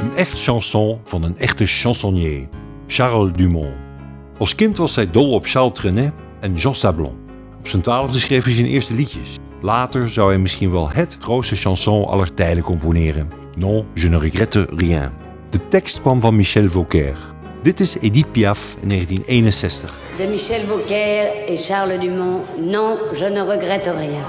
Een echt chanson van een echte chansonnier, Charles Dumont. Als kind was hij dol op Charles Trenet en Jean Sablon. Op zijn 12e schreef hij zijn eerste liedjes. Later zou hij misschien wel het grootste chanson aller tijden componeren. Non, je ne regrette rien. De tekst kwam van Michel Vaucaire. Dit is Edith Piaf in 1961. De Michel Vaucaire et Charles Dumont. Non, je ne regrette rien.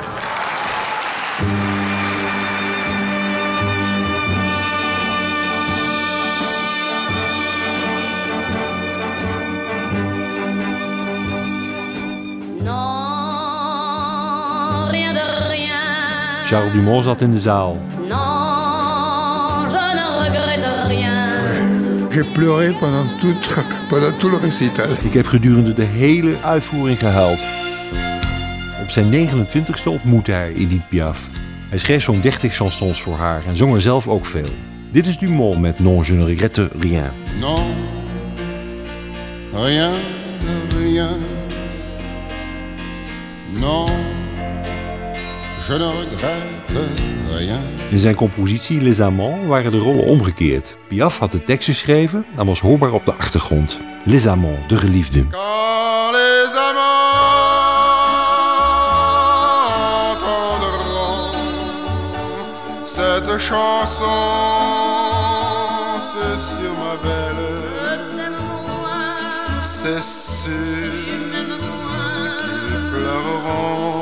Non, rien de rien. Charles Dumont zat in de zaal. Non, je ne regrette rien. J'ai pleuré pendant tout le récital. Ik heb gedurende de hele uitvoering gehuild. Op zijn 29e ontmoette hij Edith Piaf. Hij schreef zo'n 30 chansons voor haar en zong er zelf ook veel. Dit is Dumont met Non, je ne regrette rien. Non, rien de rien. Non, je ne regrette rien. In zijn compositie Les Amants waren de rollen omgekeerd. Piaf had de tekst geschreven en was hoorbaar op de achtergrond. Les Amants, de geliefden. Quand les amants entendront cette chanson, c'est sur ma belle, c'est sûr qu'ils pleureront.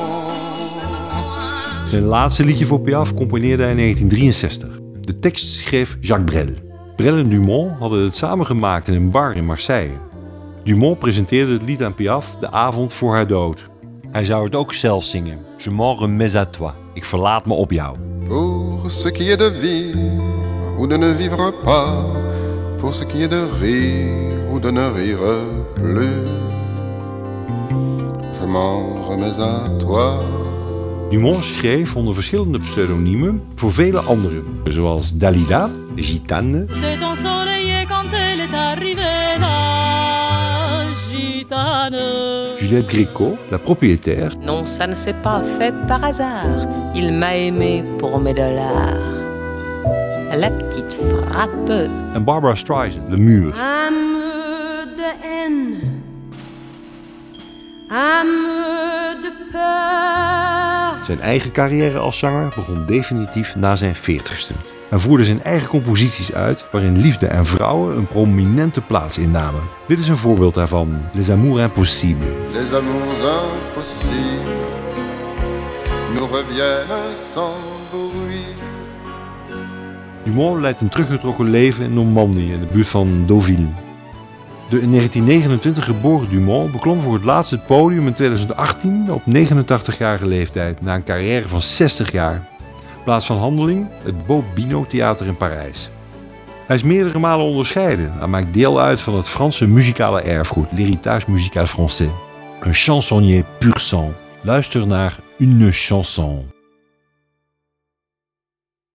Zijn laatste liedje voor Piaf componeerde hij in 1963. De tekst schreef Jacques Brel. Brel en Dumont hadden het samen gemaakt in een bar in Marseille. Dumont presenteerde het lied aan Piaf de avond voor haar dood. Hij zou het ook zelf zingen. Je m'en remets à toi. Ik verlaat me op jou. Pour ce qui est de vivre ou de ne vivre pas, pour ce qui est de rire ou de ne rire plus, je m'en remets à toi. Dumont schreef onder verschillende pseudoniemen voor vele anderen, zoals Dalida, Gitane, C'est ensoleillé quand elle est arrivée, la gitane. Juliette Gréco, la propriétaire, Non, ça ne s'est pas fait par hasard. Il m'a aimé pour mes dollars. La petite frappeuse. en Barbara Streisand, Le Mur. Âme de haine, âme de peur. Zijn eigen carrière als zanger begon definitief na zijn 40ste. Hij voerde zijn eigen composities uit waarin liefde en vrouwen een prominente plaats innamen. Dit is een voorbeeld daarvan, Les Amours Impossibles. Les amours impossibles nous reviennent sans bruit. Dumont leidt een teruggetrokken leven in Normandië in de buurt van Deauville. De in 1929 geboren Dumont beklom voor het laatst het podium in 2018 op 89-jarige leeftijd na een carrière van 60 jaar. Plaats van handeling het Bobino Theater in Parijs. Hij is meerdere malen onderscheiden en maakt deel uit van het Franse muzikale erfgoed, l'héritage musical français. Een chansonnier pur sang. Luister naar Une chanson.